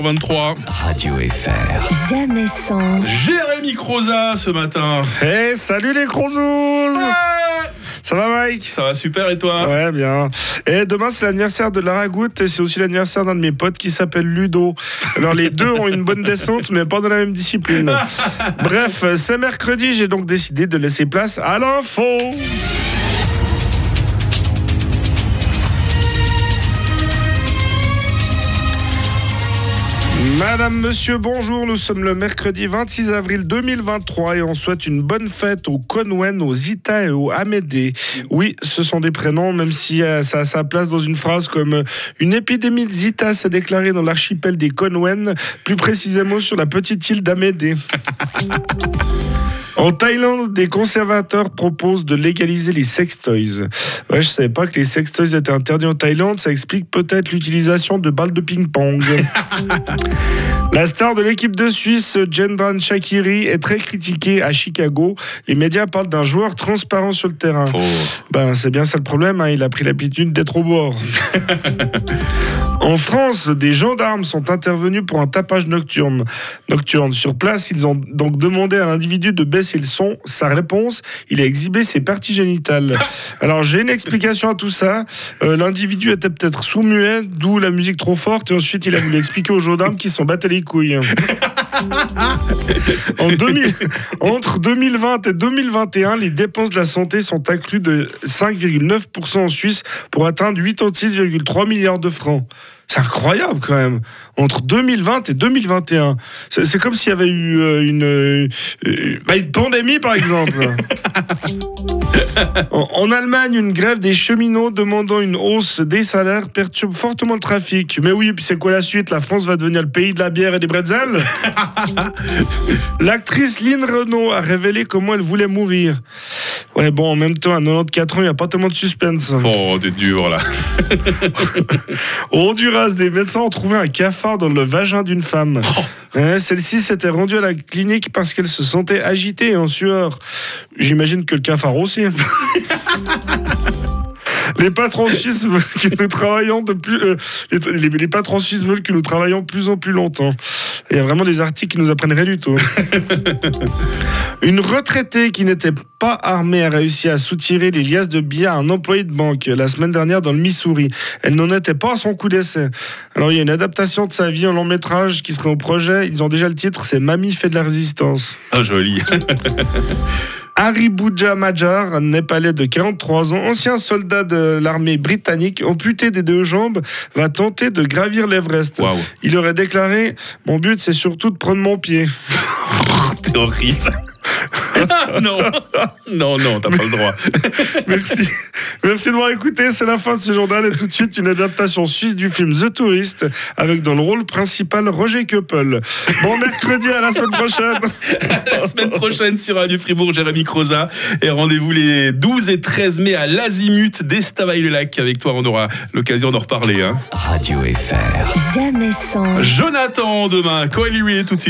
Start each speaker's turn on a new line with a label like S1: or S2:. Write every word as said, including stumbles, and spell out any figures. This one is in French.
S1: vingt-trois.
S2: Radio F R.
S3: Jamais sans.
S1: Jérémy Croza ce matin.
S4: Hey, salut les Crozouz.
S1: Ouais.
S4: Ça va Mike?
S1: Ça va super et toi?
S4: Ouais, bien. Et demain c'est l'anniversaire de Lara Goutte et c'est aussi l'anniversaire d'un de mes potes qui s'appelle Ludo. Alors les deux ont une bonne descente mais pas dans la même discipline. Bref, c'est mercredi, j'ai donc décidé de laisser place à l'info. Madame, monsieur, bonjour, nous sommes le mercredi vingt-six avril deux mille vingt-trois et on souhaite une bonne fête aux Conwen, aux Zita et aux Amédée. Oui, ce sont des prénoms, même si euh, ça a sa place dans une phrase comme euh, « Une épidémie de Zita s'est déclarée dans l'archipel des Conwen, plus précisément sur la petite île d'Amédée ». En Thaïlande, des conservateurs proposent de légaliser les sextoys. Ouais, je savais pas que les sextoys étaient interdits en Thaïlande. Ça explique peut-être l'utilisation de balles de ping-pong. La star de l'équipe de Suisse, Gendran Shaqiri, est très critiquée à Chicago. Les médias parlent d'un joueur transparent sur le terrain. Oh. Ben, c'est bien ça le problème, hein. Il a pris l'habitude d'être au bord. En France, des gendarmes sont intervenus pour un tapage nocturne. nocturne. Sur place, ils ont donc demandé à l'individu de baisser le son. Sa réponse, il a exhibé ses parties génitales. Alors, j'ai une explication à tout ça. Euh, l'individu était peut-être sourd-muet, d'où la musique trop forte, et ensuite il a voulu expliquer aux gendarmes qu'ils s'en battaient les couilles. En deux mille, entre deux mille vingt et deux mille vingt et un, les dépenses de la santé sont accrues de cinq virgule neuf pour cent en Suisse pour atteindre quatre-vingt-six virgule trois milliards de francs. C'est incroyable quand même. Entre deux mille vingt et deux mille vingt et un. C'est, c'est comme s'il y avait eu euh, une, euh, bah une pandémie, par exemple. en, en Allemagne, une grève des cheminots demandant une hausse des salaires perturbe fortement le trafic. Mais oui, puis c'est quoi la suite? La France va devenir le pays de la bière et des bretzels. L'actrice Lynn Renault a révélé comment elle voulait mourir. Ouais, bon, en même temps, à quatre-vingt-quatre ans, il n'y a pas tellement de suspense.
S1: Oh, t'es dur, là.
S4: Au Honduras, des médecins ont trouvé un cafard dans le vagin d'une femme. Oh. Ouais, celle-ci s'était rendue à la clinique parce qu'elle se sentait agitée et en sueur. J'imagine que le cafard aussi. Les patrons suisses veulent que nous travaillions de plus. Euh, les, les, les patrons suisses veulent que nous travaillions de plus en plus longtemps. Il y a vraiment des articles qui nous apprennent rien du tout. Une retraitée qui n'était pas armée a réussi à soutirer les liasses de billets à un employé de banque la semaine dernière dans le Missouri. Elle n'en était pas à son coup d'essai. Alors il y a une adaptation de sa vie en long métrage qui serait au projet. Ils ont déjà le titre, c'est Mamie fait de la résistance.
S1: Ah, joli.
S4: Haribuja Majar, un Népalais de quarante-trois ans, ancien soldat de l'armée britannique, amputé des deux jambes, va tenter de gravir l'Everest.
S1: Wow.
S4: Il aurait déclaré « Mon but, c'est surtout de prendre mon pied. »
S1: T'es horrible. non, non, non, t'as pas le droit.
S4: Merci. Merci de m'avoir écouté. C'est la fin de ce journal et tout de suite une adaptation suisse du film The Tourist avec dans le rôle principal Roger Keppel. Bon mercredi, à la semaine prochaine.
S1: À la semaine prochaine sur Radio Fribourg, Jérémy Croza. Et rendez-vous les douze et treize mai à l'Azimut d'Estavayer-le-Lac. Avec toi, on aura l'occasion d'en reparler. Hein.
S2: Radio F R.
S3: Jamais sans.
S1: Jonathan demain, Coelier tout de suite.